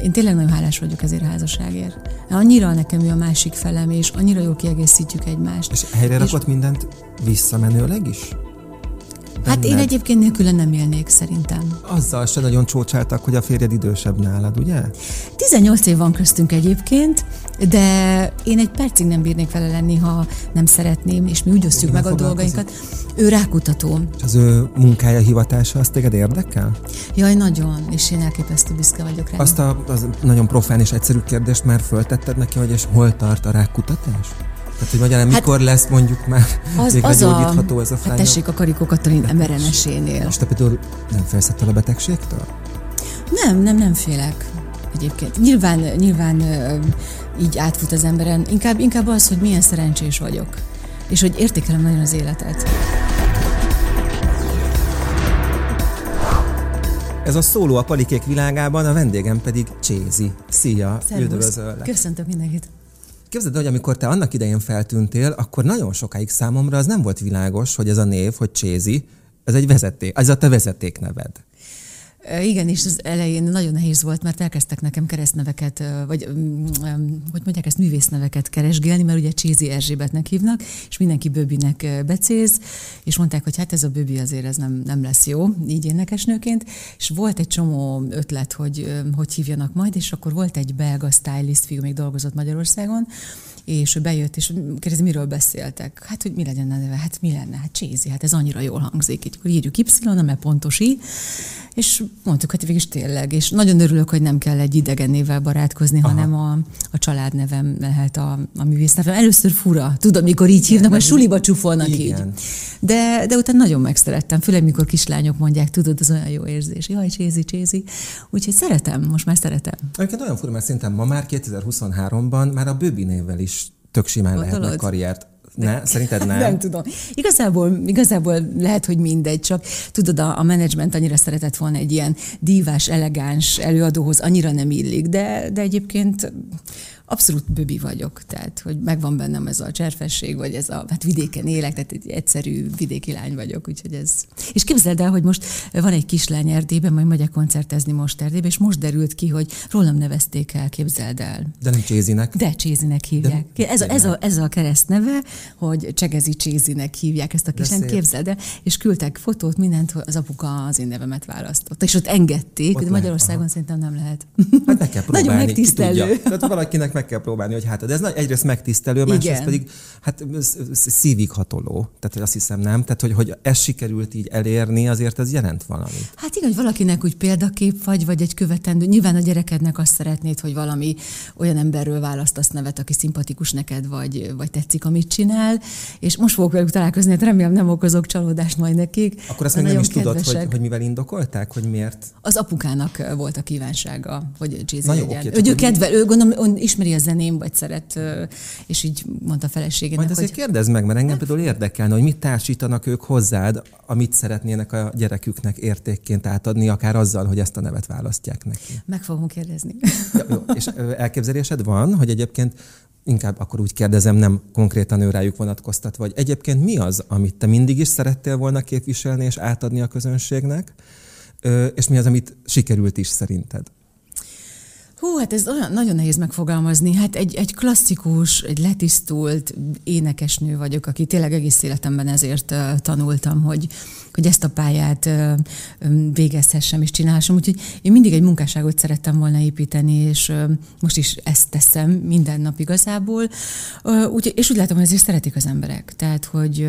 én tényleg nagyon hálás vagyok ezért a házasságért. Annyira nekem ő a másik felem, és annyira jól kiegészítjük egymást. És helyre rakott mindent visszamenőleg is? Hát én egyébként nélküle nem élnék, szerintem. Azzal se nagyon csócsáltak, hogy a férjed idősebb nálad, ugye? 18 év van köztünk egyébként, de én egy percig nem bírnék vele lenni, ha nem szeretném, és mi úgy osztjuk meg a dolgainkat. Ő rákutató. És az ő munkája, hivatása, az téged érdekel? Jaj, nagyon, és én elképesztő büszke vagyok rá. Azt az nagyon profán és egyszerű kérdést már föltetted neki, hogy és hol tart a rákutatás? Tehát, hogy magyarán mikor lesz mondjuk már végre gyógyítható ez a fájdalom? Hát tessék a Karikó Katalin mRNS-énél. És te például nem félsz ettől a betegségtől? Nem félek egyébként. Nyilván így átfut az emberen. Inkább az, hogy milyen szerencsés vagyok. És hogy értékelem nagyon az életet. Ez a Szóló a Palikék világában, a vendégem pedig Csézi. Szia, üdvözöllek. Köszöntök mindenkit. Képzeld, hogy amikor te annak idején feltűntél, akkor nagyon sokáig számomra az nem volt világos, hogy ez a név, hogy Csézi, ez egy vezeték, ez a te vezetékneved. Igen, és az elején nagyon nehéz volt, mert elkezdtek nekem keresztneveket, vagy hogy mondják ezt, művészneveket keresgélni, mert ugye Csézi Erzsébetnek hívnak, és mindenki Böbinek becéz, és mondták, hogy hát ez a Böbi azért ez nem lesz jó, így énekesnőként, és volt egy csomó ötlet, hogy hívjanak majd, és akkor volt egy belga stylist fiú, még dolgozott Magyarországon, és ő bejött, és kérdezi, miről beszéltek? Hát, hogy mi legyen a neve? Hát mi lenne? Hát Csézi, hát ez annyira jól hangzik. Így akkor írjuk Y-on, mert pontos I, és mondtuk, hogy végig is tényleg. És nagyon örülök, hogy nem kell egy idegen névvel barátkozni, hanem a családnevem lehet a művésznevem. Először fura, tudod, mikor így hívnak, mert suliba csúfolnak így. De utána nagyon megszerettem, főleg mikor kislányok mondják, tudod, az olyan jó érzés. Jaj, Csézi. Úgyhogy most már szeretem. Egyébként olyan fura, mert szerintem ma már 2023-ban már a Böbi névvel is tök simán lehetne karriert. Szerinted nem? Nem tudom. Igazából lehet, hogy mindegy, csak tudod, a menedzsment annyira szeretett volna egy ilyen dívás, elegáns előadóhoz, annyira nem illik, de egyébként abszolút Böbi vagyok, tehát hogy megvan bennem ez a cserfesség, vagy ez a vidéken élek, tehát egy egyszerű vidéki lány vagyok, úgyhogy ez. És képzeld el, hogy most van egy kislány Erdélyben, majd megyek koncertezni most Erdélybe, és most derült ki, hogy rólam nevezték el, képzeld el. De nem Csézinek? De Csézinek hívják. Ez a keresztneve, hogy Csegezi Csézinek hívják ezt a kislányt, képzeld el, és küldtek fotót, mindent, az apuka az én nevemet választott. És ott engedték, de Magyarországon szerintem nem lehet. Hát meg kell próbálni. Nagyon megtisztelő. Tehát valakinek meg kell próbálni, hogy hát, de ez egyrészt megtisztelő, másrészt pedig hát szívig hatoló. Tehát azt hiszem, nem? Tehát, hogy ez sikerült így elérni, azért ez jelent valamit. Hát igen, hogy valakinek úgy példakép vagy egy követendő. Nyilván a gyerekednek azt szeretnéd, hogy valami olyan emberről választasz nevet, aki szimpatikus neked, vagy tetszik, amit csinál. És most fogok velük találkozni, hát remélem nem okozok csalódást majd nekik. Akkor azt még nem is tudod, hogy mivel indokolták, hogy miért? Az apukának volt a kívánsága, hogy Csézi legyen. Hogy ő kedvel, ő gondolom ismeri a zeném, vagy szeret, és így mondta a feleségének, majd azért kérdezd meg, mert engem például érdekelne, hogy mit társítanak ők hozzád, amit szeretnének a gyereküknek értékként átadni, akár azzal, hogy ezt a nevet választják neki. Meg fogom kérdezni. Jó, és elképzelésed van, hogy egyébként inkább akkor úgy kérdezem, nem konkrétan ő rájuk vonatkoztatva, vagy egyébként mi az, amit te mindig is szerettél volna képviselni és átadni a közönségnek, és mi az, amit sikerült is szerinted? Hát ez olyan nagyon nehéz megfogalmazni. Hát egy klasszikus, egy letisztult énekesnő vagyok, aki tényleg egész életemben ezért tanultam, hogy ezt a pályát végezhessem és csinálhassam. Úgyhogy én mindig egy munkásságot szerettem volna építeni, és most is ezt teszem minden nap igazából. És úgy látom, hogy ezért szeretik az emberek. Tehát, hogy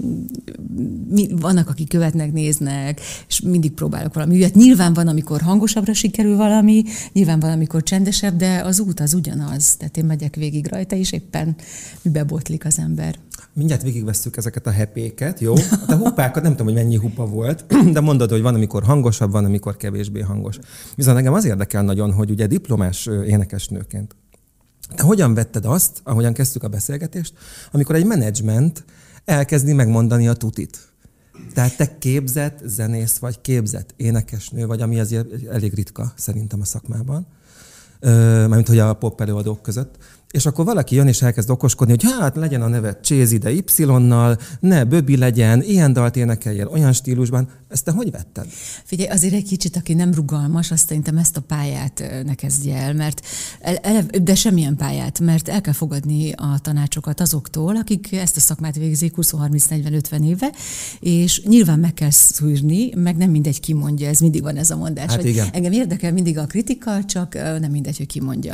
vannak, akik követnek, néznek, és mindig próbálok valami ügyet. Nyilván van, amikor hangosabbra sikerül valami, nyilván van, amikor csendesebb, de az út az ugyanaz. Tehát én megyek végig rajta, és éppen mibe botlik az ember. Mindjárt végigvesszük ezeket a hepéket, jó? A hupákat nem tudom, hogy mennyi hupa volt, de mondod, hogy van, amikor hangosabb, van, amikor kevésbé hangos. Viszont engem az érdekel nagyon, hogy ugye diplomás énekesnőként te hogyan vetted azt, ahogyan kezdtük a beszélgetést, amikor egy menedzsment elkezdi megmondani a tutit? Tehát te képzett zenész vagy, képzett énekesnő vagy, ami azért elég ritka szerintem a szakmában. Mármint, hogy a pop előadók között. És akkor valaki jön és elkezd okoskodni, hogy hát legyen a neve Csézi, de Y-nal, ne Böbi legyen, ilyen dalt énekeljél, olyan stílusban. Ezt te hogy vetted? Figyelj, azért egy kicsit, aki nem rugalmas, azt szerintem ezt a pályát ne kezdje el, mert de semmilyen pályát, mert el kell fogadni a tanácsokat azoktól, akik ezt a szakmát végzik 20-30-40-50 éve, és nyilván meg kell szűrni, meg nem mindegy ki mondja, ez mindig van ez a mondás. Hát igen. Engem érdekel mindig a kritika, csak nem mindegy, hogy ki mondja.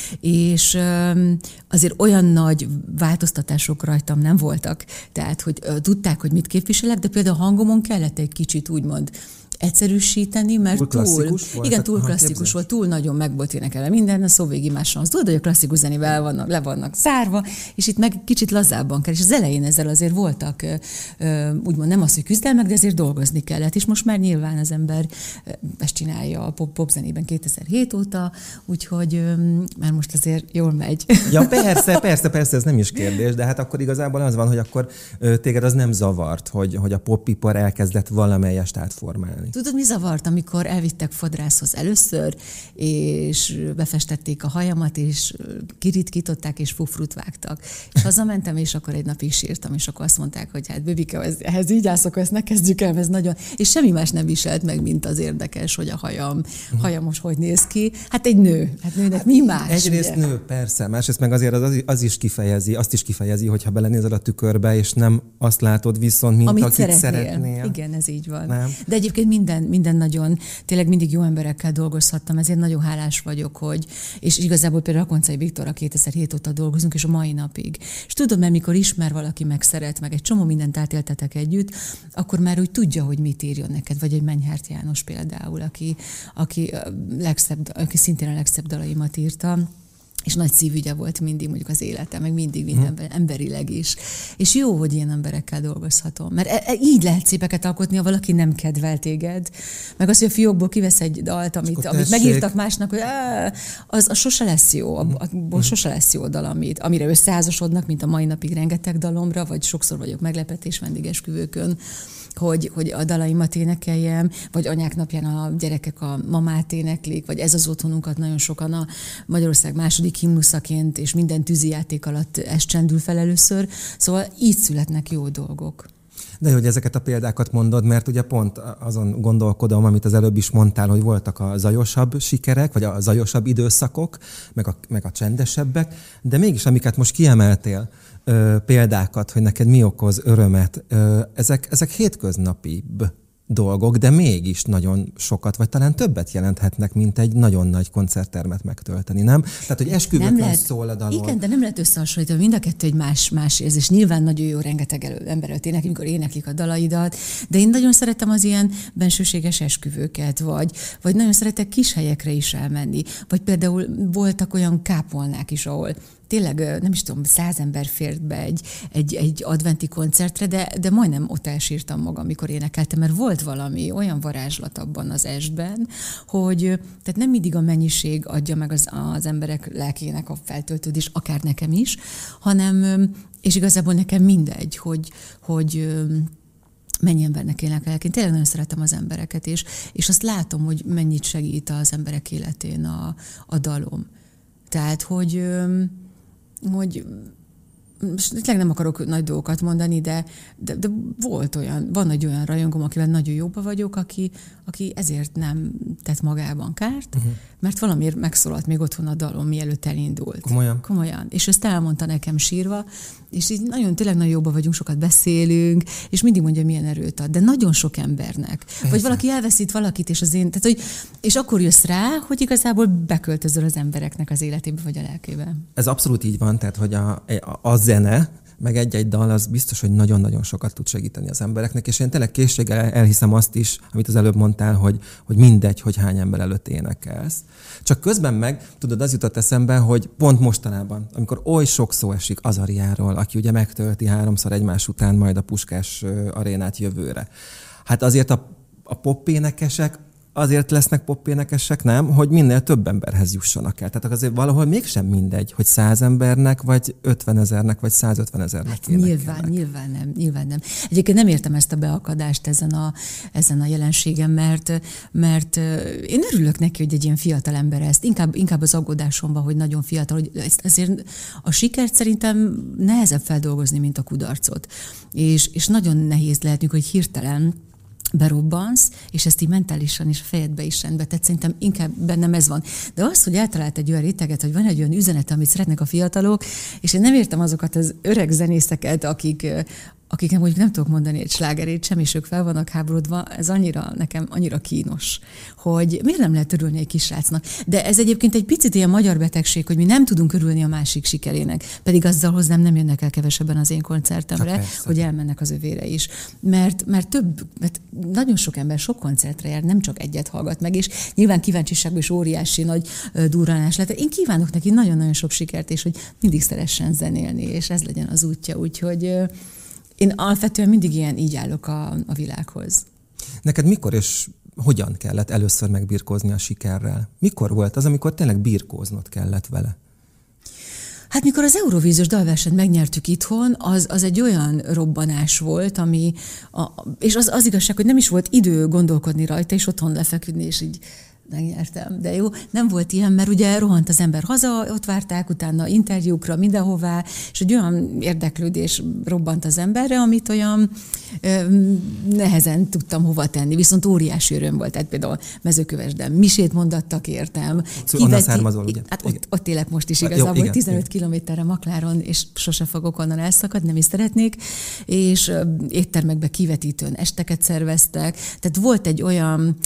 És azért olyan nagy változtatások rajtam nem voltak, tehát hogy tudták, hogy mit képviselek, de például a hangomon kellett egy kicsit úgymond egyszerűsíteni, mert túl klasszikus volt, túl nagyon meg volt énekelve minden, a szó végig máson az tudod, hogy a klasszikus zenével le vannak zárva, és itt meg kicsit lazábban kell, és az elején ezzel azért voltak, úgymond nem az, hogy küzdelmek, de azért dolgozni kellett, és most már nyilván az ember ezt csinálja a popzenében 2007 óta, úgyhogy már most azért jól megy. Ja, persze, ez nem is kérdés, de hát akkor igazából az van, hogy akkor téged az nem zavart, hogy a popipar elkezdett valamelyest átformálni. Tudod, mi zavart, amikor elvittek fodrászhoz először, és befestették a hajamat, és kiritkították, és fufrut vágtak. És hazamentem, és akkor egy napig sírtam, és akkor azt mondták, hogy hát Böbike, ehhez így állsz, akkor ezt ne kezdjük el, ez nagyon... És semmi más nem viselt meg, mint az érdekes, hogy a hajam most hogy néz ki. Hát egy nő. Hát nőnek mi más? Egyrészt ugye? Nő, persze. Másrészt meg azért azt is kifejezi, hogyha belenézel a tükörbe, és nem azt látod viszont, mint akit szeretnél. Igen, ez így van. Nem? De egyébként minden nagyon, tényleg mindig jó emberekkel dolgozhattam, ezért nagyon hálás vagyok, és igazából például Rakoncai Viktorral 2007 óta dolgozunk, és a mai napig. És tudom, mert mikor ismer valaki, meg szeret, meg egy csomó mindent átéltetek együtt, akkor már úgy tudja, hogy mit írjon neked, vagy egy Menyhárt János például, aki szintén a legszebb dalaimat írta, és nagy szívügye volt mindig mondjuk az életem, meg mindig mindenben, emberileg is. És jó, hogy ilyen emberekkel dolgozhatom. Mert így lehet szépeket alkotni, ha valaki nem kedvel téged. Meg az, hogy a fiókból kivesz egy dalt, amit megírtak másnak, hogy az sose lesz jó. Abból sose lesz jó dal, amire összeházasodnak, mint a mai napig rengeteg dalomra, vagy sokszor vagyok meglepetés vendégesküvőkön, hogy a dalaimat énekeljem, vagy anyák napján a gyerekek a mamát éneklik, vagy ez az otthonunkat nagyon sokan a Magyarország második himnuszaként, és minden tűzijáték alatt ez csendül fel először. Szóval így születnek jó dolgok. De hogy ezeket a példákat mondod, mert ugye pont azon gondolkodom, amit az előbb is mondtál, hogy voltak a zajosabb sikerek, vagy a zajosabb időszakok, meg a csendesebbek, de mégis amiket most kiemeltél, példákat, hogy neked mi okoz örömet, ezek hétköznapibb dolgok, de mégis nagyon sokat, vagy talán többet jelenthetnek, mint egy nagyon nagy koncerttermet megtölteni, nem? Tehát, hogy esküvőkön szól a dalon. Igen, de nem lehet összehasonlítani, mind a kettő egy más érzés. Nyilván nagyon jó rengeteg ember előtt éneklik, amikor éneklik a dalaidat, de én nagyon szeretem az ilyen bensőséges esküvőket, vagy nagyon szeretek kis helyekre is elmenni. Vagy például voltak olyan kápolnák is, ahol tényleg, nem is tudom, 100 ember fért be egy adventi koncertre, de majdnem ott elsírtam magam, amikor énekeltem, mert volt valami olyan varázslat abban az estben, hogy tehát nem mindig a mennyiség adja meg az emberek lelkének a feltöltődést, akár nekem is, hanem, és igazából nekem mindegy, hogy mennyi embernek énekelek. Én tényleg nagyon szeretem az embereket, és azt látom, hogy mennyit segít az emberek életén a dalom. Tehát, hogy tényleg nem akarok nagy dolgokat mondani, de van egy olyan rajongóm, akivel nagyon jóba vagyok, aki ezért nem tett magában kárt, mert valamiért megszólalt még otthon a dalom, mielőtt elindult. Komolyan. És ezt elmondta nekem sírva, és így tényleg nagyon jóba vagyunk, sokat beszélünk, és mindig mondja, milyen erőt ad. De nagyon sok embernek. Persze. Vagy valaki elveszít valakit, és akkor jössz rá, hogy igazából beköltözöl az embereknek az életébe, vagy a lelkébe. Ez abszolút így van, tehát hogy a zene, meg egy-egy dal, az biztos, hogy nagyon-nagyon sokat tud segíteni az embereknek, és én tényleg készséggel elhiszem azt is, amit az előbb mondtál, hogy mindegy, hogy hány ember előtt énekelsz. Csak közben meg, tudod, az jutott eszembe, hogy pont mostanában, amikor oly sok szó esik Azariáról, aki ugye megtölti 3-szor egymás után majd a Puskás arénát jövőre. Hát azért a popénekesek azért lesznek popénekesek, nem? Hogy minél több emberhez jussanak el. Tehát azért valahol mégsem mindegy, hogy 100 embernek, vagy 50 000-nek, vagy 150 000-nek hát nyilván nem. Egyébként nem értem ezt a beakadást ezen a jelenségen, mert én örülök neki, hogy egy ilyen fiatal ember ezt. Inkább az aggódásomban, hogy nagyon fiatal, hogy ezért a sikert szerintem nehezebb feldolgozni, mint a kudarcot. És nagyon nehéz lehetünk, hogy hirtelen berobbansz, és ezt így mentálisan és a fejedbe is rendbe. Tehát szerintem inkább bennem ez van. De az, hogy eltalált egy olyan réteget, hogy van egy olyan üzenet, amit szeretnek a fiatalok, és én nem értem azokat az öreg zenészeket, akiknek mondjuk nem tudok mondani egy slágerét sem, és ők fel vannak háborodva, ez nekem annyira kínos, hogy miért nem lehet örülni egy kisrácnak. De ez egyébként egy picit ilyen magyar betegség, hogy mi nem tudunk örülni a másik sikerének, pedig azzal hozzám nem jönnek el kevesebben az én koncertemre, hogy elmennek az övére is. Mert nagyon sok ember sok koncertre jár, nem csak egyet hallgat meg, és nyilván kíváncsiságban is óriási nagy durranás lett. Én kívánok neki nagyon-nagyon sok sikert, és hogy mindig szeressen zenélni, és ez legyen az útja, úgyhogy én alapvetően mindig így állok a világhoz. Neked mikor és hogyan kellett először megbirkózni a sikerrel? Mikor volt az, amikor tényleg birkóznod kellett vele? Hát mikor az Eurovíziós dalversenyt megnyertük itthon, az egy olyan robbanás volt, és az igazság, hogy nem is volt idő gondolkodni rajta, és otthon lefeküdni, és így megnyertem. De jó, nem volt ilyen, mert ugye rohant az ember haza, ott várták utána interjúkra, mindenhová, és egy olyan érdeklődés robbant az emberre, amit olyan nehezen tudtam hova tenni, viszont óriási öröm volt. Tehát például Mezőkövesden misét mondattak értem. Onnan származol, ugye? Hát ott élek most is igazából, igen, 15 kilométerre Makláron, és sose fogok onnan elszakadni, nem is szeretnék, és éttermekbe kivetítőn esteket szerveztek. Tehát volt egy olyan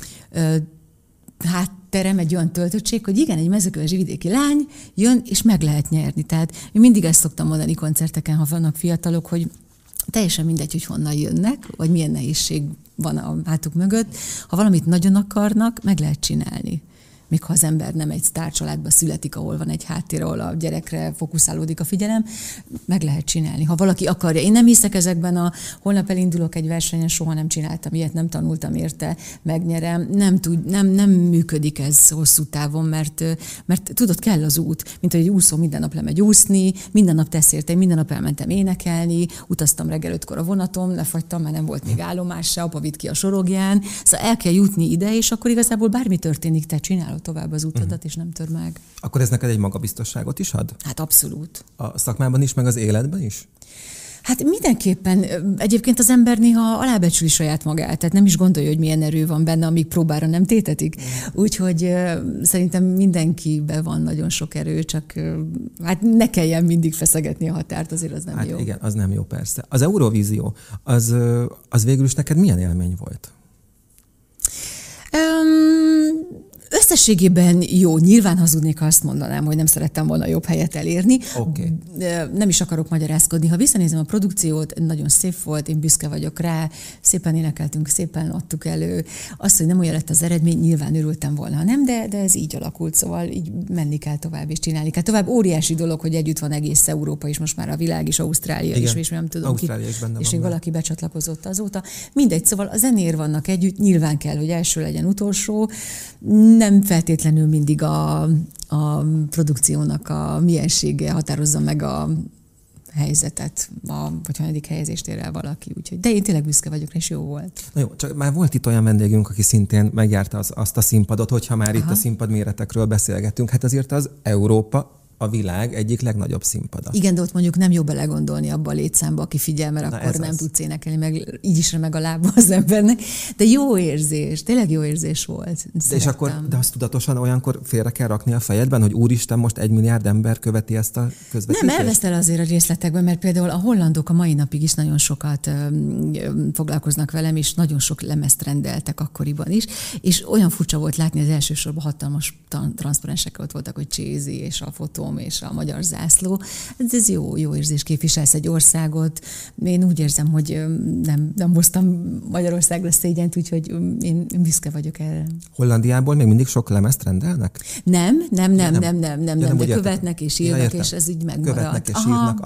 hátterem, egy olyan töltöttség, hogy igen, egy mezőkövesi vidéki lány jön, és meg lehet nyerni. Tehát én mindig ezt szoktam mondani koncerteken, ha vannak fiatalok, hogy teljesen mindegy, hogy honnan jönnek, vagy milyen nehézség van a hátuk mögött. Ha valamit nagyon akarnak, meg lehet csinálni. Még ha az ember nem egy sztárcsaládba születik, ahol van egy háttér, ahol a gyerekre fókuszálódik a figyelem, meg lehet csinálni, ha valaki akarja. Én nem hiszek ezekben holnap elindulok egy versenyen, soha nem csináltam ilyet, nem tanultam érte, megnyerem. Nem működik ez hosszú távon, mert tudod, kell az út. Mint hogy egy úszó minden nap lemegy úszni, minden nap tesz érte, minden nap elmentem énekelni, utaztam reggel 5-kor a vonatom, lefagytam, mert nem volt még állomás se, apa vitt ki a sorogján. Szóval el kell jutni ide, és akkor igazából bármi történik, te csinálod tovább az utadat, és nem tör meg. Akkor ez neked egy magabiztosságot is ad? Hát abszolút. A szakmában is, meg az életben is? Hát mindenképpen. Egyébként az ember néha alábecsüli saját magát, tehát nem is gondolja, hogy milyen erő van benne, amíg próbára nem tétetik. Úgyhogy szerintem mindenkiben van nagyon sok erő, csak hát ne kelljen mindig feszegetni a határt, azért az nem jó. Igen, az nem jó, persze. Az Eurovízió, az végül is neked milyen élmény volt? Összességében jó, nyilván hazudnék, ha azt mondanám, hogy nem szerettem volna jobb helyet elérni. Okay. Nem is akarok magyarázkodni. Ha visszanézem a produkciót, nagyon szép volt, én büszke vagyok rá, szépen énekeltünk, szépen adtuk elő. Azt, hogy nem olyan lett az eredmény, nyilván örültem volna, ha nem, de ez így alakult, szóval így menni kell tovább és csinálni kell. Tovább óriási dolog, hogy együtt van egész Európa, és most már a világ is, Ausztrália is, és nem tudom Ausztrália is benne és még valaki becsatlakozott azóta. Mindegy, szóval a zenér vannak együtt, nyilván kell, hogy első legyen utolsó. Nem feltétlenül mindig a produkciónak a miensége határozza meg a helyzetet, vagy hanyadik helyezést ér el valaki. Úgyhogy, de én tényleg büszke vagyok, és jó volt. Na jó, csak már volt itt olyan vendégünk, aki szintén megjárta azt a színpadot, hogyha már itt a színpad méretekről beszélgetünk. Hát azért az Európa, a világ egyik legnagyobb színpada. Igen, de ott mondjuk nem jó belegondolni abba a létszámba, aki figyel, mert akkor nem tudsz énekelni, meg így is remeg a lába az embernek. De jó érzés, tényleg jó érzés volt. De azt tudatosan olyankor félre kell rakni a fejedben, hogy úristen, most 1 milliárd ember követi ezt a közvetítést? Nem, elvesztel azért a részletekben, mert például a hollandok a mai napig is nagyon sokat foglalkoznak velem, és nagyon sok lemezt rendeltek akkoriban is, és olyan furcsa volt látni, az elsősorban hatalmas transzparensek ott voltak, hogy Csézi és a fotó és a magyar zászló. Ez jó érzés, képviselsz egy országot. Én úgy érzem, hogy nem hoztam Magyarországra szégyent, úgyhogy én büszke vagyok erre. Hollandiából még mindig sok lemezt rendelnek? Nem, de követnek és írnak, és ez így megmaradt. Követnek és írnak, aha.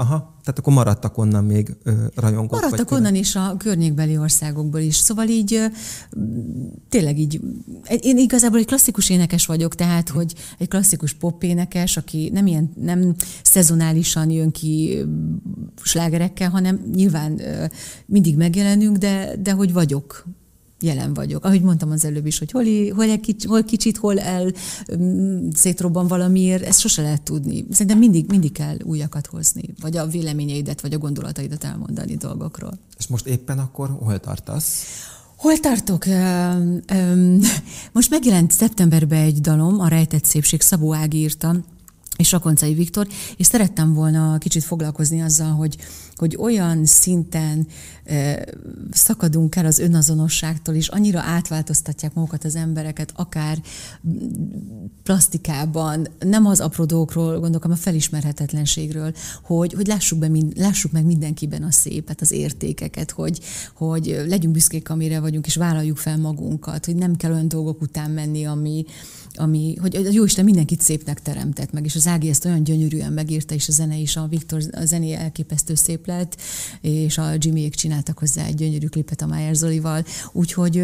Tehát akkor maradtak onnan még rajongók? Maradtak onnan is, a környékbeli országokból is. Szóval így tényleg így, én igazából egy klasszikus énekes vagyok, tehát, hogy egy klasszikus popénekes, aki nem szezonálisan jön ki slágerekkel, hanem nyilván mindig megjelenünk, de hogy vagyok. Jelen vagyok. Ahogy mondtam az előbb is, hogy hol kicsit, hol szétrobban valamiért, ezt sose lehet tudni. Szerintem mindig kell újakat hozni, vagy a véleményeidet, vagy a gondolataidat elmondani dolgokról. És most éppen akkor hol tartasz? Hol tartok? Most megjelent szeptemberben egy dalom, a Rejtett szépség, Szabó Ági írta, és Rakoncai Viktor, és szerettem volna kicsit foglalkozni azzal, hogy olyan szinten szakadunk el az önazonosságtól, és annyira átváltoztatják magukat az embereket, akár plastikában, nem az apró dolgokról gondolok, hanem a felismerhetetlenségről, hogy lássuk meg mindenkiben a szépet, az értékeket, hogy legyünk büszkék, amire vagyunk, és vállaljuk fel magunkat, hogy nem kell olyan dolgok után menni, hogy a Jóisten mindenkit szépnek teremtett meg, és az Ági ezt olyan gyönyörűen megírta, és a zene is, a Viktor a zené elképesztő szép lett, és a Jimmyék csináltak hozzá egy gyönyörű klipet a Májer Zolival, úgyhogy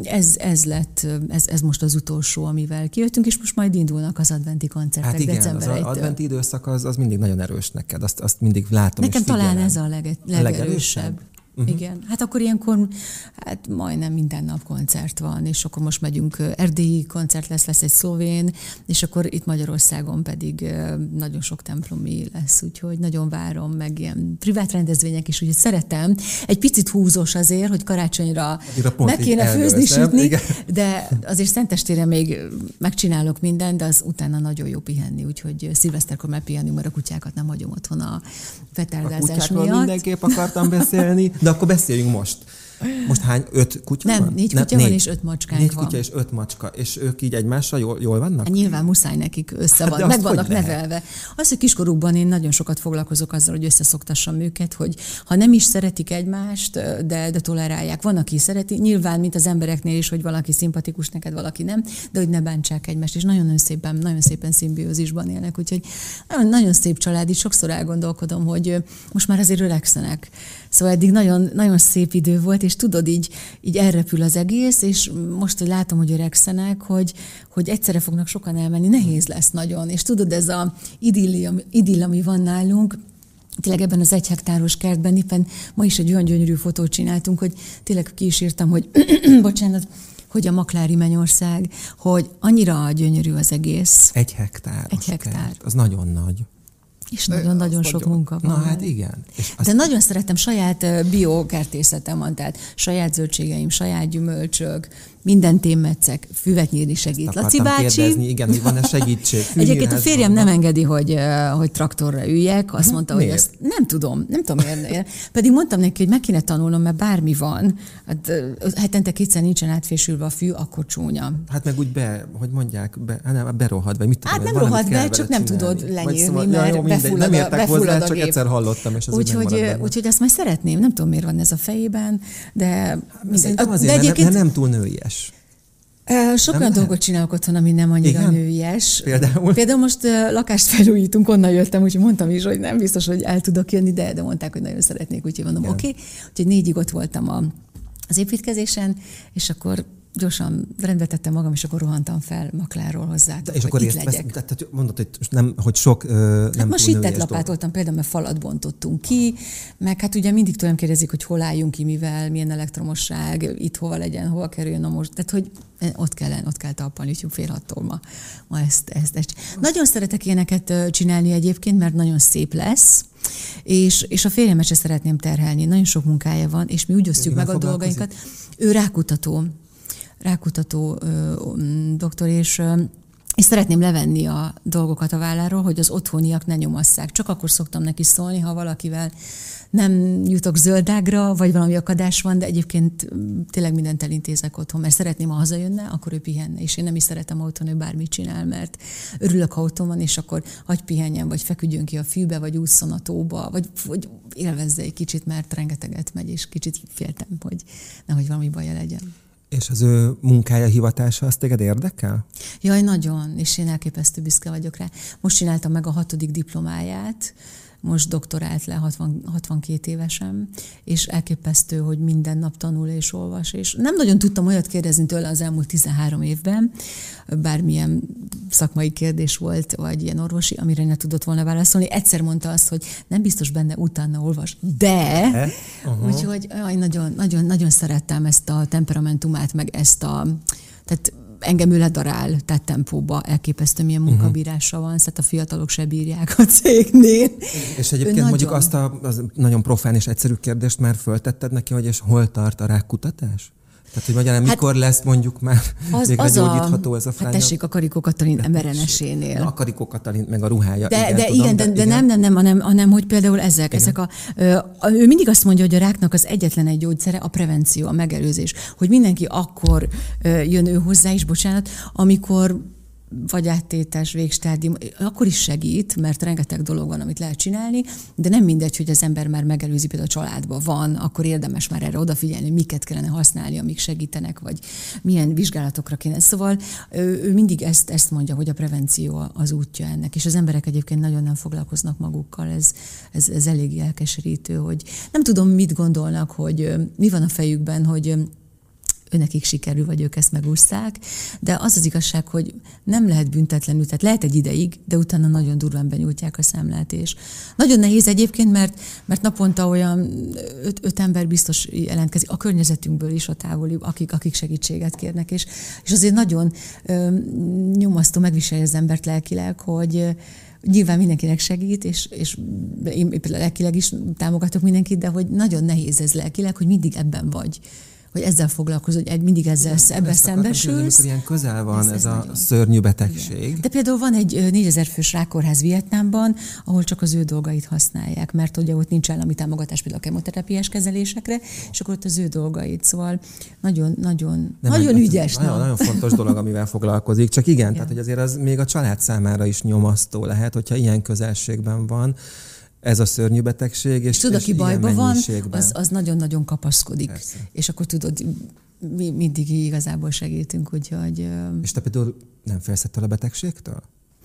ez most az utolsó, amivel kijöttünk, és most majd indulnak az adventi koncertek. Hát igen, december az 1-től. adventi időszak az mindig nagyon erős neked, azt mindig látom. Nekem és figyelem. talán ez a legerősebb. Igen, hát akkor ilyenkor majdnem minden nap koncert van, és akkor most megyünk, erdélyi koncert lesz egy szlovén, és akkor itt Magyarországon pedig nagyon sok templomi lesz, úgyhogy nagyon várom, meg ilyen privát rendezvények is, úgyhogy szeretem. Egy picit húzós azért, hogy karácsonyra meg kéne főzni, sütni, de azért Szentestére még megcsinálok mindent, de az utána nagyon jó pihenni, úgyhogy szilveszterkor már pihenünk, mert a kutyákat nem hagyom otthon a fetárdázás miatt. Mindenképp akartam beszélni, de akkor beszéljünk most. Most hány? 5 kutya van? Nem, 4 kutya van és 5 macskánk 4 van. 4 kutya és 5 macska. És ők így egymással jól vannak? Nyilván muszáj nekik meg vannak nevelve. Az, hogy kiskorukban én nagyon sokat foglalkozok azzal, hogy összeszoktassam őket, hogy ha nem is szeretik egymást, de tolerálják. Van, aki szereti, nyilván, mint az embereknél is, hogy valaki szimpatikus neked, valaki nem, de hogy ne bántsák egymást, és nagyon szépen szimbiózisban élnek. Úgyhogy nagyon szép család, így sokszor elgondolkodom, hogy most már azért öregszenek. Szóval eddig nagyon, nagyon szép idő volt, és tudod, így elrepül az egész, és most, hogy látom, hogy öregszenek, hogy egyszerre fognak sokan elmenni, nehéz lesz nagyon. És tudod, ez az idill, ami van nálunk, tényleg ebben az 1 hektáros kertben, éppen ma is egy olyan gyönyörű fotót csináltunk, hogy tényleg ki is írtam, hogy bocsánat, hogy a Maklári Mennyország, hogy annyira gyönyörű az egész. 1 hektár. 1 hektár. Kert, az nagyon nagy. És nagyon sok munka van. Na hát igen. De nagyon szeretem, saját biokertészetem van, tehát saját zöldségeim, saját gyümölcsök, minden témmetszek, füvet nyírni segít. Laci bácsi. Kérdezni, igen, hogy van-e segítség. Egyébként a férjem nem engedi, hogy traktorra üljek. Azt mondta, hogy ezt nem tudom miért. Pedig mondtam neki, hogy meg kéne tanulnom, mert bármi van. Hát hetente 2-szer nincsen átfésülve a fű, akkor csúnya. Hát meg úgy berohad, vagy mit tudom. Hát nem rohad be, csak nem tudod lenyírni, mert befullad a csak gép. Egyszer hallottam, és ez úgyhogy azt majd szeretném. Nem tudom, miért van ez a fejében, de... Szerintem azért, mert nem túl nőies. Sok olyan dolgot csinálok otthon, ami nem annyira nőies. Például most lakást felújítunk, onnan jöttem, úgyhogy mondtam is, hogy nem biztos, hogy el tudok jönni, de mondták, hogy nagyon szeretnék, úgyhogy mondom, oké. Úgyhogy 4-ig ott voltam az építkezésen, és akkor gyorsan rendbe tettem magam, és akkor rohantam fel Makláról hozzá. És akkor részt vesz, tehát mondod, hogy sok nem hát most hittet lapátoltam, például, mert falat bontottunk ki, meg hát ugye mindig tőlem kérdezik, hogy hol álljunk ki, mivel, milyen elektromosság, itt hova legyen, hova kerüljön a most. Tehát, hogy ott kell talpalni, úgyhogy fél 6-tól ma ezt. Nagyon szeretek ilyeneket csinálni egyébként, mert nagyon szép lesz, és a férjemet se szeretném terhelni. Nagyon sok munkája van, és mi úgy osztjuk meg a dolgainkat. Ő rákutató doktor, és szeretném levenni a dolgokat a válláról, hogy az otthoniak ne nyomasszák. Csak akkor szoktam neki szólni, ha valakivel nem jutok zöldágra, vagy valami akadás van, de egyébként tényleg mindent elintézek otthon, mert szeretném, ha hazajönne, akkor ő pihenne, és én nem is szeretem otthon, hogy bármit csinál, mert örülök, ha otthon van, és akkor hagyj pihenjen, vagy feküdjön ki a fűbe, vagy ússzon a tóba, vagy élvezze egy kicsit, mert rengeteget megy, és kicsit féltem, hogy nehogy valami baja legyen. És az ő munkája, hivatása, az téged érdekel? Jaj, nagyon, és én elképesztő büszke vagyok rá. Most csináltam meg a 6. diplomáját, most doktorált le 62 évesen, és elképesztő, hogy minden nap tanul és olvas, és nem nagyon tudtam olyat kérdezni tőle az elmúlt 13 évben, bármilyen szakmai kérdés volt, vagy ilyen orvosi, amire ne tudott volna válaszolni. Egyszer mondta azt, hogy nem biztos benne, utána olvas, de úgyhogy nagyon, nagyon, nagyon szerettem ezt a temperamentumát, meg ezt tehát engem ő ledarál, tehát tempóba elképesztő, milyen munkabírása van, szóval a fiatalok se bírják a cégnél. És egyébként mondjuk azt az nagyon profán és egyszerű kérdést már föltetted neki, hogy és hol tart a rákkutatás? Tehát, hogy magyarán mikor lesz mondjuk már végre gyógyítható ez a fájdalom? Hát tessék, a Karikó Katalin mRNS-énél. A Karikó Katalin, meg a ruhája. De nem, hogy például ezek ő mindig azt mondja, hogy a ráknak az egyetlen egy gyógyszere a prevenció, a megelőzés. Hogy mindenki akkor jön ő hozzá is, bocsánat, amikor vagy áttétes, végstádium, akkor is segít, mert rengeteg dolog van, amit lehet csinálni, de nem mindegy, hogy az ember már megelőzi, például a családban van, akkor érdemes már erre odafigyelni, hogy miket kellene használni, amik segítenek, vagy milyen vizsgálatokra kéne. Szóval ő mindig ezt mondja, hogy a prevenció az útja ennek, és az emberek egyébként nagyon nem foglalkoznak magukkal, ez elég elkeserítő, hogy nem tudom, mit gondolnak, hogy mi van a fejükben, hogy nekik sikerül, vagy ők ezt megúszszák, de az az igazság, hogy nem lehet büntetlenül, tehát lehet egy ideig, de utána nagyon durván benyújtják a számlát, és nagyon nehéz egyébként, mert naponta olyan 5 ember biztos jelentkezik, a környezetünkből is a távoli, akik segítséget kérnek, és azért nagyon nyomasztó megviselni az embert lelkileg, hogy nyilván mindenkinek segít, és én például lelkileg is támogatok mindenkit, de hogy nagyon nehéz ez lelkileg, hogy mindig ebben vagy. Hogy ezzel foglalkozol, hogy mindig ebben szembesülsz. Amikor ilyen közel van ez a szörnyű betegség. Igen. De például van egy 4000 fős rákkórház Vietnámban, ahol csak az ő dolgait használják, mert ugye ott nincs állami támogatás például a kemoterápiás kezelésekre, és akkor ott az ő dolgait. Szóval nagyon ügyes. Nagyon fontos dolog, amivel foglalkozik. Csak igen, tehát hogy azért az még a család számára is nyomasztó lehet, hogyha ilyen közelségben van ez a szörnyű betegség, és tudod, aki bajban van, az nagyon-nagyon kapaszkodik. Persze. És akkor tudod, mi mindig igazából segítünk, úgyhogy... És te például nem félsz ettől a betegségtől?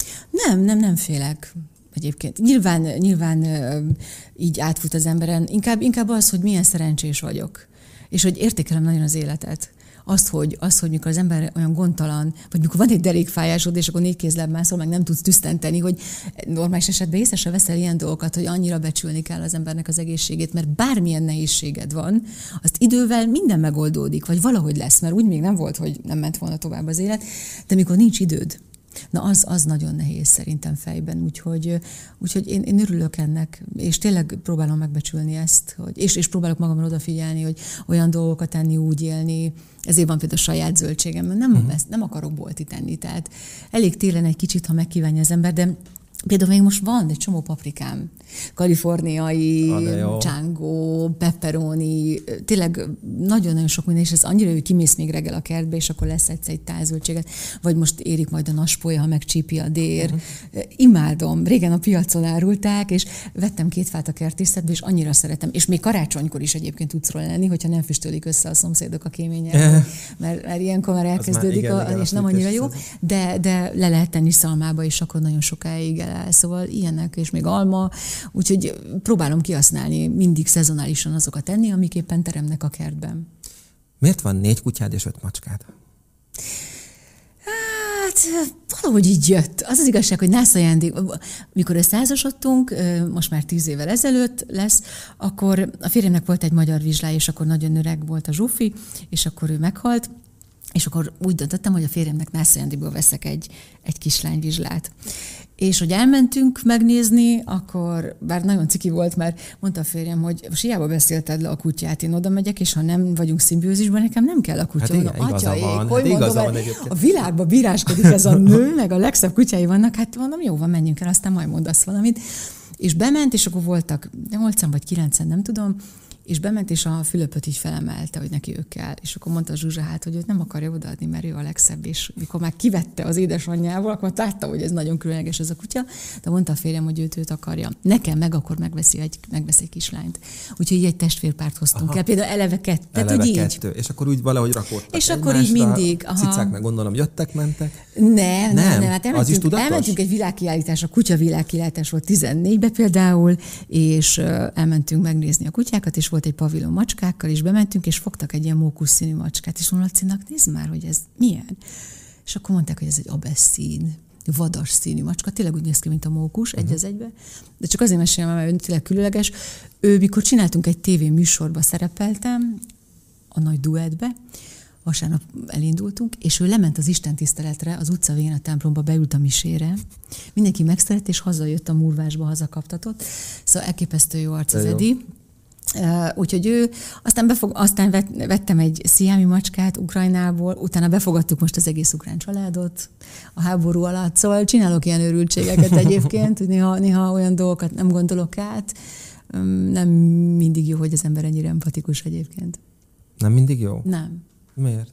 Nem félek egyébként. Nyilván így átfut az emberen. Inkább az, hogy milyen szerencsés vagyok. És hogy értékelem nagyon az életet. Azt, hogy mikor az ember olyan gondtalan, vagy mikor van egy derékfájásod, és akkor 4 kézláb mászol, meg nem tudsz tüsztenteni, hogy normális esetben észre se veszel ilyen dolgokat, hogy annyira becsülni kell az embernek az egészségét, mert bármilyen nehézséged van, azt idővel minden megoldódik, vagy valahogy lesz, mert úgy még nem volt, hogy nem ment volna tovább az élet, de mikor nincs időd, na az nagyon nehéz szerintem fejben, úgyhogy én örülök ennek, és tényleg próbálom megbecsülni ezt, és próbálok magamra odafigyelni, hogy olyan dolgokat tenni, úgy élni, ezért van például a saját zöldségem, nem akarok boltit enni, tehát elég télen egy kicsit, ha megkívánja az ember, de például még most van egy csomó paprikám, kaliforniai, csángó, pepperoni, tényleg nagyon-nagyon sok minden, és ez annyira, hogy kimész még reggel a kertbe, és akkor lesz egyszer egy tálzöldséget, vagy most érik majd a naspolya, ha megcsípi a dér. Imádom, régen a piacon árulták, és vettem 2 fát a kertészetbe, és annyira szeretem. És még karácsonykor is egyébként tudsz róla lenni, hogyha nem füstölik össze a szomszédok a kéményel, mert ilyenkor már elkezdődik, és nem annyira jó, de le lehet tenni szalmába, és akkor nagyon sokáig el. Szóval ilyenek, és még alma, úgyhogy próbálom kihasználni mindig szezonálisan azokat tenni, amik éppen teremnek a kertben. Miért van 4 kutyád és 5 macskád? Hát valahogy így jött. Az igazság, hogy nász ajándék, mikor összeházasodtunk, most már 10 évvel ezelőtt lesz, akkor a férjemnek volt egy magyar vizslája, és akkor nagyon öreg volt a Zsófi, és akkor ő meghalt, és akkor úgy döntöttem, hogy a férjemnek nász ajándékból veszek egy kislányvizslát. És hogy elmentünk megnézni, akkor, bár nagyon ciki volt, mert mondta a férjem, hogy most hiába beszélted le a kutyát, én oda megyek, és ha nem vagyunk szimbiózisban, nekem nem kell a kutya. Hát igen, igaza van a világban bíráskodik ez a nő, meg a legszebb kutyái vannak, hát mondom, jó van, menjünk el, aztán majd mondasz valamit. És bement, és akkor voltak 8 vagy 9, nem tudom, És bement, és a Fülöpöt így felemelte, hogy neki ő kell. És akkor mondta a Zsuzsa, hát, hogy őt nem akarja odaadni, mert ő a legszebb. És mikor már kivette az édesanyjával, akkor látta, hogy ez nagyon különleges ez a kutya, de mondta a férjem, hogy őt akarja. Nekem meg akkor megvesz egy kislányt. Úgyhogy így egy testvérpárt hoztunk el. Például eleve kettő. És akkor úgy valahogy rakódtak. És akkor így mindig. Cicák meg gondolom jöttek, mentek. Nem. Hát elmentünk egy világkiállításra, kutyavilágkiállítás volt 14-ben például, és elmentünk megnézni a kutyákat, és volt egy pavilon macskákkal, és bementünk, és fogtak egy ilyen mókusz színű macskát, és mondom, Lacinak, nézd már, hogy ez milyen. És akkor mondták, hogy ez egy abesszín, vadas színű macska, tényleg úgy néz ki, mint a mókus, egy az egybe. De csak azért mesélem, mert tényleg különleges. Mikor csináltunk egy tévéműsorba, szerepeltem, a nagy duettbe, vasárnap elindultunk, és ő lement az istentiszteletre, az utca végén a templomba, beült a misére. Mindenki megszerett, és hazajött a murvásba, hazakaptatott. Szóval elképesztő jó arc az Edi. Úgyhogy ő, aztán vettem egy sziámi macskát Ukrajnából, utána befogadtuk most az egész ukrán családot a háború alatt. Szóval csinálok ilyen őrültségeket egyébként, hogy néha olyan dolgokat nem gondolok át. Nem mindig jó, hogy az ember ennyire empatikus egyébként. Nem mindig jó? Nem. Miért?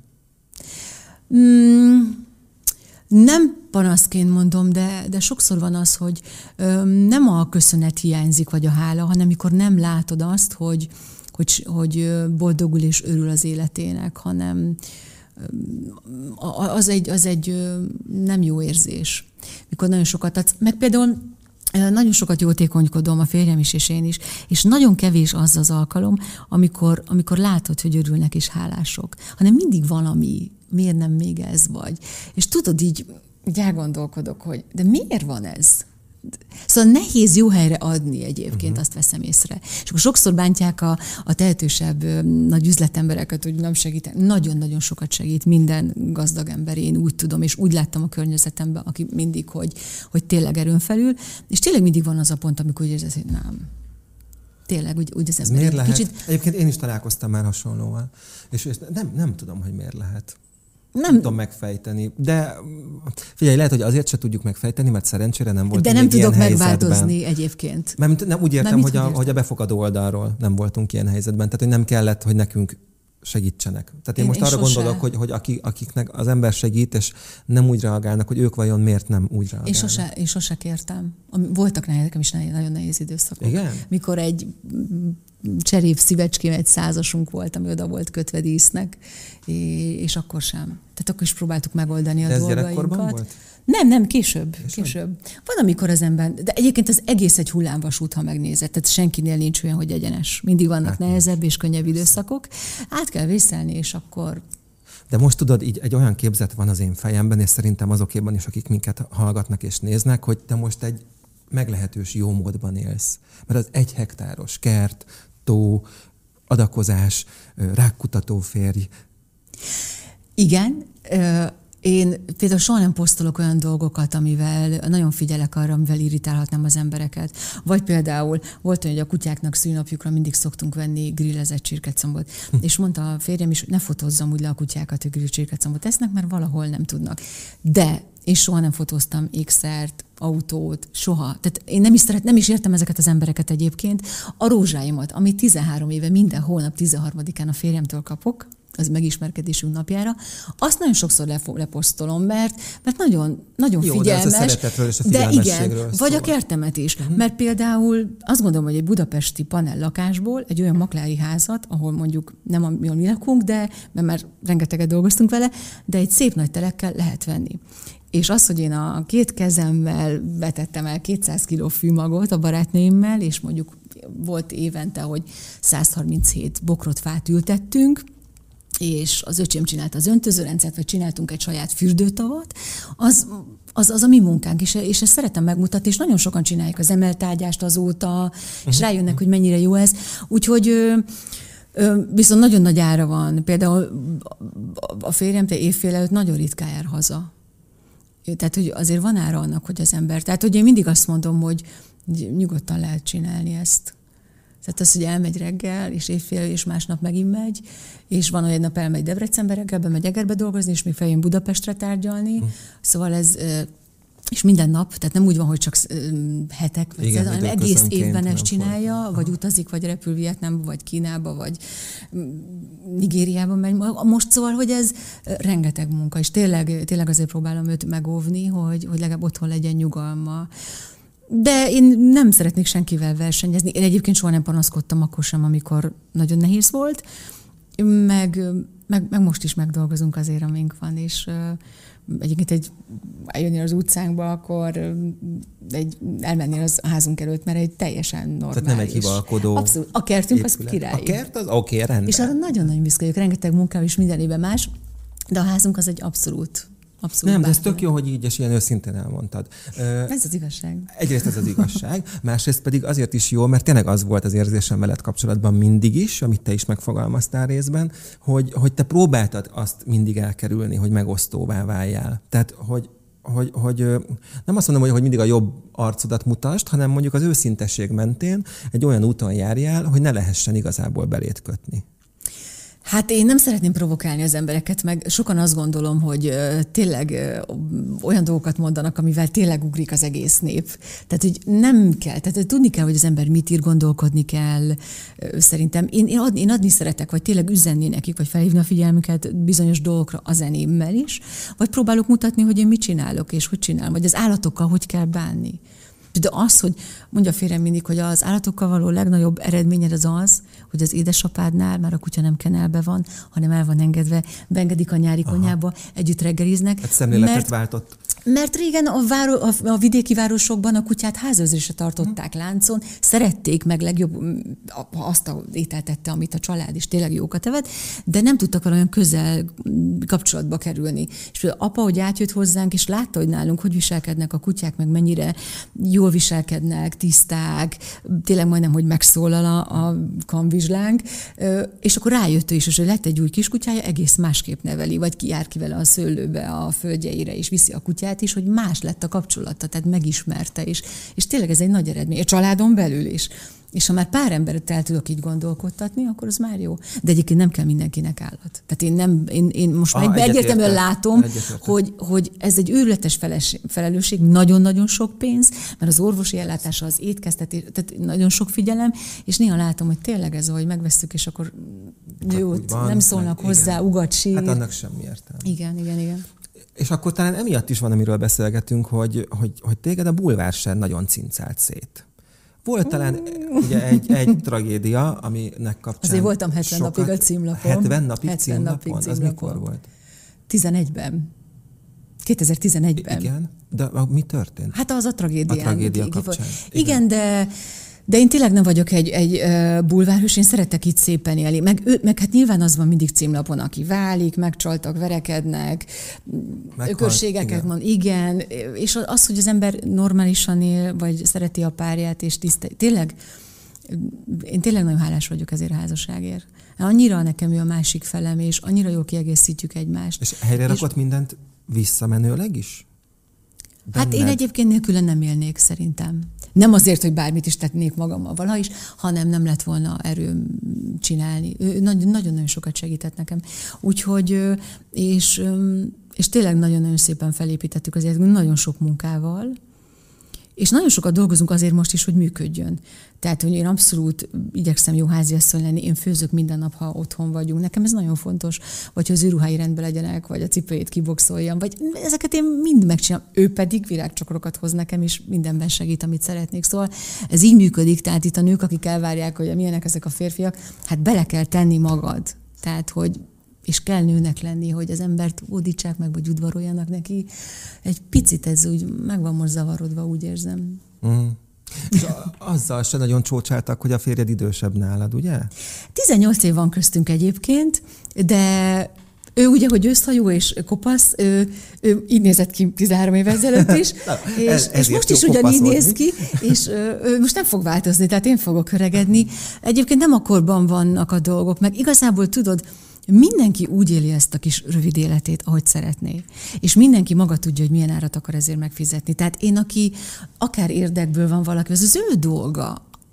Nem panaszként mondom, de sokszor van az, hogy nem a köszönet hiányzik, vagy a hála, hanem amikor nem látod azt, hogy boldogul és örül az életének, hanem az egy nem jó érzés. Mikor nagyon sokat adsz. Meg például nagyon sokat jótékonykodom, a férjem is és én is, és nagyon kevés az az alkalom, amikor látod, hogy örülnek és hálások, hanem mindig valami, miért nem még ez vagy. És tudod, így elgondolkodok, hogy de miért van ez? Szóval nehéz jó helyre adni egyébként, azt veszem észre. És akkor sokszor bántják a tehetősebb nagy üzletembereket, hogy nem segítenek. Nagyon-nagyon sokat segít minden gazdag ember, én úgy tudom, és úgy láttam a környezetemben, aki mindig, hogy tényleg erőn felül, és tényleg mindig van az a pont, amikor úgy érzed, hogy nem. Tényleg, úgy az ember. Miért lehet? Kicsit... Egyébként én is találkoztam már hasonlóval, és nem tudom, hogy miért lehet. Nem tudom megfejteni, de figyelj, lehet, hogy azért se tudjuk megfejteni, mert szerencsére nem voltunk ilyen helyzetben. De nem tudok megváltozni egyébként. Mert nem úgy értem, hogy a befogadó oldalról nem voltunk ilyen helyzetben. Tehát, hogy nem kellett, hogy nekünk segítsenek. Tehát én most arra gondolok, hogy akiknek az ember segít, és nem úgy reagálnak, hogy ők vajon miért nem úgy reagálnak. Én sose kértem. Voltak nekem is nagyon nehéz időszakok. Igen? Mikor egy cserév szívecském, egy 100-asunk volt, ami oda volt kötve dísznek, és akkor sem. Tehát akkor is próbáltuk megoldani a dolgainkat. Ez gyerekkorban volt? Nem, később. Van, amikor az ember, de egyébként az egész egy hullámvasút, ha megnézed, tehát senkinél nincs olyan, hogy egyenes. Mindig vannak nehezebb és könnyebb időszakok. Át kell vészelni, és akkor... De most tudod, így egy olyan képzet van az én fejemben, és szerintem azokéban is, akik minket hallgatnak és néznek, hogy te most egy meglehetős jó módban élsz. Mert az 1 hektáros kert, tó, adakozás, rákkutató férj. Igen, én például soha nem posztolok olyan dolgokat, amivel nagyon figyelek arra, amivel irritálhatnám az embereket. Vagy például volt olyan, hogy a kutyáknak szülinapjukra mindig szoktunk venni grillezett csirkecombot. És mondta a férjem is, hogy ne fotózzam úgy le a kutyákat, hogy grill csirkecombot esznek, mert valahol nem tudnak. De én soha nem fotóztam ékszert, autót, soha. Tehát én nem is értem ezeket az embereket egyébként. A rózsáimat, amit 13 éve minden hónap 13-án a férjemtől kapok, az megismerkedésünk napjára, azt nagyon sokszor leposztolom, mert nagyon, nagyon jó, figyelmes. De az a szeretetről és a figyelmességről igen, vagy a kertemet is. Mert például azt gondolom, hogy egy budapesti panel lakásból egy olyan maklári házat, ahol mondjuk nem ahol mi lakunk, de mert már rengeteget dolgoztunk vele, de egy szép nagy telekkel lehet venni. És az, hogy én a 2 kezemmel vetettem el 200 kg fűmagot a barátnőimmel, és mondjuk volt évente, hogy 137 bokrotfát ültettünk, és az öcsém csinálta az öntözőrendszert, vagy csináltunk egy saját fürdőtavat, az a mi munkánk, és ezt szeretem megmutatni, és nagyon sokan csinálják az emeltárgyást azóta, és rájönnek, hogy mennyire jó ez. Úgyhogy viszont nagyon nagy ára van. Például a férjem évfél előtt nagyon ritkán jár haza. Tehát, hogy azért van ára annak, hogy az ember... Tehát, hogy én mindig azt mondom, hogy nyugodtan lehet csinálni ezt. Tehát az, hogy elmegy reggel, és évfél, és másnap megint megy, és van, hogy egy nap elmegy Debrecenbe reggel, bemegy Egerbe dolgozni, és még feljön Budapestre tárgyalni. Szóval ez és minden nap, tehát nem úgy van, hogy csak hetek, igen, hanem egész évben ezt csinálja, vagy utazik, vagy repül Vietnámba, vagy Kínába, vagy Nigériába megy. Most szóval, hogy ez rengeteg munka, és tényleg azért próbálom őt megóvni, hogy legalább otthon legyen nyugalma. De én nem szeretnék senkivel versenyezni. Én egyébként soha nem panaszkodtam akkor sem, amikor nagyon nehéz volt, meg most is megdolgozunk azért, amink van, és egyébként eljönnél az utcánkba, akkor elmennél az házunk előtt, mert egy teljesen normális. Tehát nem egy hivalkodó. Abszolút. A kertünk épület. Az király. A kert az oké, rendben. És arra nagyon-nagyon büszke vagyok. Rengeteg munkám is minden évben más, de a házunk az egy abszolút nem, de ez tök jó, hogy így és ilyen őszintén elmondtad. Ez az igazság. Egyrészt ez az igazság, másrészt pedig azért is jó, mert tényleg az volt az érzésem veled kapcsolatban mindig is, amit te is megfogalmaztál részben, hogy te próbáltad azt mindig elkerülni, hogy megosztóvá váljál. Tehát, hogy nem azt mondom, hogy mindig a jobb arcodat mutasd, hanem mondjuk az őszintesség mentén egy olyan úton járjál, hogy ne lehessen igazából belét kötni. Hát én nem szeretném provokálni az embereket, meg sokan azt gondolom, hogy tényleg olyan dolgokat mondanak, amivel tényleg ugrik az egész nép. Tehát, hogy nem kell, tehát tudni kell, hogy az ember mit ír, gondolkodni kell. Szerintem én adni szeretek, vagy tényleg üzenni nekik, vagy felhívni a figyelmüket bizonyos dolgokra a zenémmel is, vagy próbálok mutatni, hogy én mit csinálok, és hogy csinálom, vagy az állatokkal hogy kell bánni. De az, hogy mondja férjem mindig, hogy az állatokkal való legnagyobb eredményed az, hogy az édesapádnál már a kutya nem kenelbe van, hanem el van engedve, beengedik a nyári konyhába, együtt reggeliznek. Hát szemléletet váltott. Mert régen a vidéki városokban a kutyát házőrzésre tartották láncon, szerették meg legjobb, azt az ételt tette, amit a család is tényleg jókat evett, de nem tudtak vele olyan közel kapcsolatba kerülni. És például apa, hogy átjött hozzánk, és látta, hogy nálunk hogy viselkednek a kutyák, meg mennyire jól viselkednek, tiszták, tényleg majdnem, hogy megszólal a kamvizslánk, és akkor rájött ő is, és hogy lett egy új kiskutyája, egész másképp neveli, vagy kijár ki vele a szőlőbe, a földjeire, és viszi a kutyát is, hogy más lett a kapcsolata, tehát megismerte is. És tényleg ez egy nagy eredmény. A családon belül is. És ha már pár embert el tudok így gondolkodtatni, akkor az már jó. De egyébként nem kell mindenkinek állat. Tehát én most már egyértelműen látom, hogy ez egy őrületes felelősség, nagyon-nagyon sok pénz, mert az orvosi ellátása, az étkeztetés, tehát nagyon sok figyelem, és néha látom, hogy tényleg ez, hogy megvesszük, és akkor jót, nem szólnak hozzá, igen. Ugat, sír. Hát annak semmi értelme. Igen. És akkor talán emiatt is van, amiről beszélgetünk, hogy téged a bulvár sem nagyon cincált szét. Volt talán ugye egy tragédia, aminek kapcsán... Azért voltam 70 napig a címlapon. 70 napig címlapon? Az mikor volt? 11-ben. 2011-ben. Igen, de mi történt? Hát az a tragédia. A tragédia kapcsán. Igen, de én tényleg nem vagyok egy bulvárhős, én szeretek itt szépen élni. Meg hát nyilván az van mindig címlapon, aki válik, megcsaltak, verekednek, ökörségeket mond. Igen, és az, hogy az ember normálisan él, vagy szereti a párját, és én tényleg nagyon hálás vagyok ezért a házasságért. Annyira nekem ő a másik felem, és annyira jól kiegészítjük egymást. És helyre rakott mindent visszamenőleg is? Benned? Hát én egyébként nélküle nem élnék szerintem. Nem azért, hogy bármit is tennék magammal valaha is, hanem nem lett volna erőm csinálni. Ő nagyon-nagyon sokat segített nekem. Úgyhogy, és tényleg nagyon-nagyon szépen felépítettük azért nagyon sok munkával, és nagyon sokat dolgozunk azért most is, hogy működjön. Tehát, hogy én abszolút igyekszem jó háziasszony lenni, én főzök minden nap, ha otthon vagyunk. Nekem ez nagyon fontos, vagy hogy az űrruhái rendben legyenek, vagy a cipőjét kiboxoljam, vagy ezeket én mind megcsinálom. Ő pedig virágcsokorokat hoz nekem, és mindenben segít, amit szeretnék. Szóval ez így működik, tehát itt a nők, akik elvárják, hogy milyenek ezek a férfiak, hát bele kell tenni magad. Tehát, hogy és kell nőnek lenni, hogy az embert ódítsák meg, vagy udvaroljanak neki. Egy picit ez úgy meg van most zavarodva, úgy érzem. Mm. És azzal se nagyon csócsáltak, hogy a férjed idősebb nálad, ugye? 18 év van köztünk egyébként, de ő ugye, hogy őszhajú és kopasz, ő így nézett ki 13 évvel ezelőtt is, és most is ugyanígy néz ki, és ő most nem fog változni, tehát én fogok öregedni. Egyébként nem akkorban vannak a dolgok, meg igazából tudod, mindenki úgy éli ezt a kis rövid életét, ahogy szeretné. És mindenki maga tudja, hogy milyen árat akar ezért megfizetni. Tehát én, aki akár érdekből van valaki, ez az ő dolga.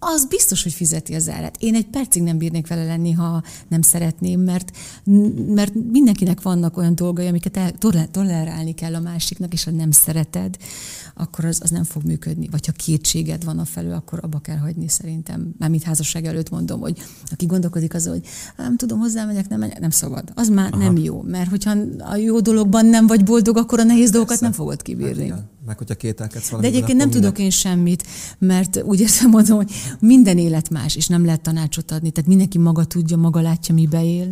az biztos, hogy fizeti az árát. Én egy percig nem bírnék vele lenni, ha nem szeretném, mert mindenkinek vannak olyan dolgai, amiket tolerálni kell a másiknak, és ha nem szereted, akkor az nem fog működni. Vagy ha kétséged van afelől, akkor abba kell hagyni szerintem. Mármint házasság előtt mondom, hogy aki gondolkodik azon, hogy nem tudom, hozzámegyek, nem megyek, nem szabad. Az már nem jó, mert hogyha a jó dologban nem vagy boldog, akkor a nehéz dolgokat nem fogod kibírni. Hát meg hogyha kételkedsz valamiben. De egyébként nem tudok én semmit, mert úgy érzem, mondom, hogy minden élet más, és nem lehet tanácsot adni. Tehát mindenki maga tudja, maga látja, mibe él.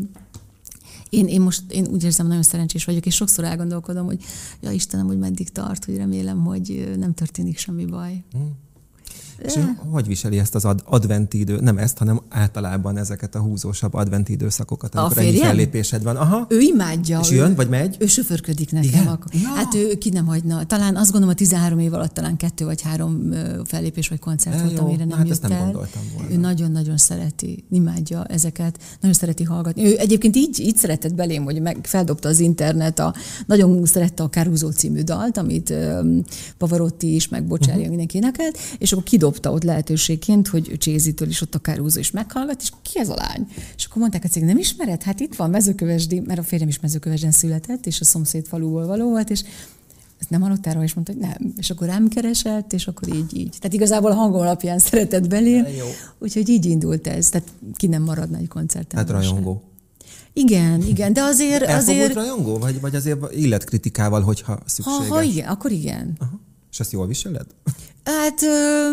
Én úgy érzem, nagyon szerencsés vagyok, és sokszor elgondolkodom, hogy ja Istenem, hogy meddig tart, hogy remélem, hogy nem történik semmi baj. És hogy viseli ezt az adventi idő, nem ezt, hanem általában ezeket a húzósabb adventi időszakokat, amikor ennyi fellépésed van? Aha. Ő imádja. És jön, vagy megy? Ő sofőrködik nekem. Hát ő ki nem hagyna. Talán azt gondolom, a 13 év alatt talán 2 vagy 3 fellépés vagy koncert volt, amire nem jött nem el. gondoltam volna. Ő nagyon-nagyon szereti, imádja ezeket, nagyon szereti hallgatni. Ő egyébként így szeretett belém, hogy feldobta az internet, nagyon szerette a Caruso című dalt, amit Pavarotti is, meg Bocelli, mindenki énekelt, és akkor kidobta ott lehetőségként, hogy Csézitől is ott a Caruso is meghallgat, és ki ez a lány? És akkor mondták a cég, nem ismered? Hát itt van Mezőkövesdi, mert a férjem is Mezőkövesden született, és a szomszéd faluból való volt, és ezt nem hallottál róla, és mondta, hogy nem. És akkor rám keresett, és akkor így. Tehát igazából a hangom alapján szeretett belém, úgyhogy így indult ez. Tehát ki nem maradna egy koncerten. Hát rajongó. Igen, de azért... Elfogult rajongó? Vagy azért életkritikával, hogyha szükséges? Ha igen, akkor igen. Aha. És ezt jól viseled? Hát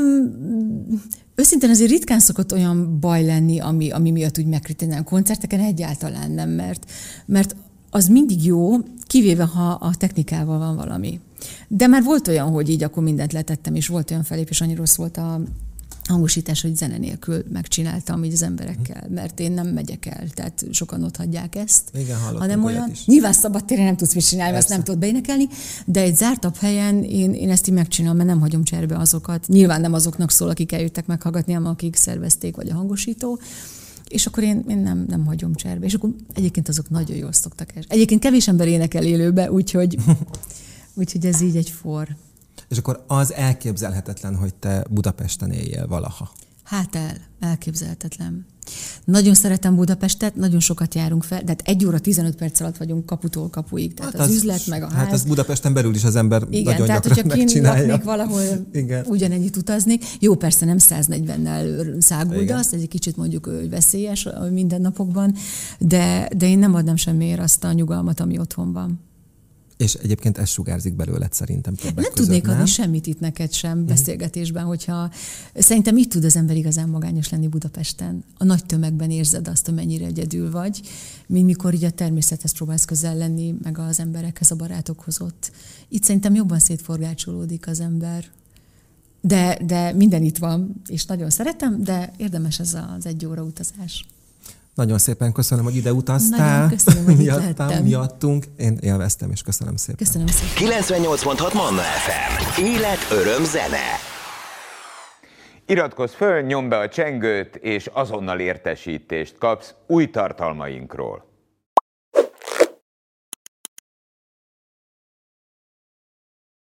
őszintén azért ritkán szokott olyan baj lenni, ami miatt úgy megkritizálom. Koncerteken egyáltalán nem, mert az mindig jó, kivéve ha a technikával van valami. De már volt olyan, hogy így akkor mindent letettem, és volt olyan felépés, annyi rossz volt a hangosítás, hogy zene nélkül megcsináltam így az emberekkel, mert én nem megyek el, tehát sokan ott hagyják ezt. Igen, hanem olyan, nyilván szabadtéren nem tudsz mit csinálni, ezt nem tudod beénekelni, de egy zártabb helyen én ezt így megcsinálom, mert nem hagyom cserbe azokat. Nyilván nem azoknak szól, akik eljöttek meghallgatni, hanem akik szervezték, vagy a hangosító. És akkor én nem hagyom cserbe. És akkor egyébként azok nagyon jól szoktak el. Egyébként kevés ember énekel élőbe, úgyhogy ez így egy for. És akkor az elképzelhetetlen, hogy te Budapesten éljél valaha. Hát elképzelhetetlen. Nagyon szeretem Budapestet, nagyon sokat járunk fel, de hát 1 óra 15 perc alatt vagyunk kaputól kapuig. Tehát az üzlet, meg a ház. Hát az Budapesten belül is az ember nagyon tehát, gyakran megcsinálja. Igen, tehát hogyha valahol ugyanennyit utaznék. Jó, persze nem 140-nel száguldasz, ez egy kicsit mondjuk veszélyes a mindennapokban, de én nem adnám semmiért azt a nyugalmat, ami otthon van. És egyébként ez sugárzik belőled szerintem többek között, tudnék adni semmit itt neked sem beszélgetésben, hogyha szerintem így tud az ember igazán magányos lenni Budapesten. A nagy tömegben érzed azt, hogy mennyire egyedül vagy, mint mikor így a természethez próbálsz közel lenni, meg az emberekhez, a barátokhoz ott. Itt szerintem jobban szétforgácsolódik az ember. De minden itt van, és nagyon szeretem, de érdemes ez az 1 óra utazás. Nagyon szépen köszönöm, hogy ide utaztál. Nagyon köszönöm, hogy itt lehettem. Miattunk. Én élveztem, és köszönöm szépen. Köszönöm szépen. 98.6 Manna FM. Élet, öröm, zene. Iratkozz föl, nyomd be a csengőt, és azonnal értesítést kapsz új tartalmainkról.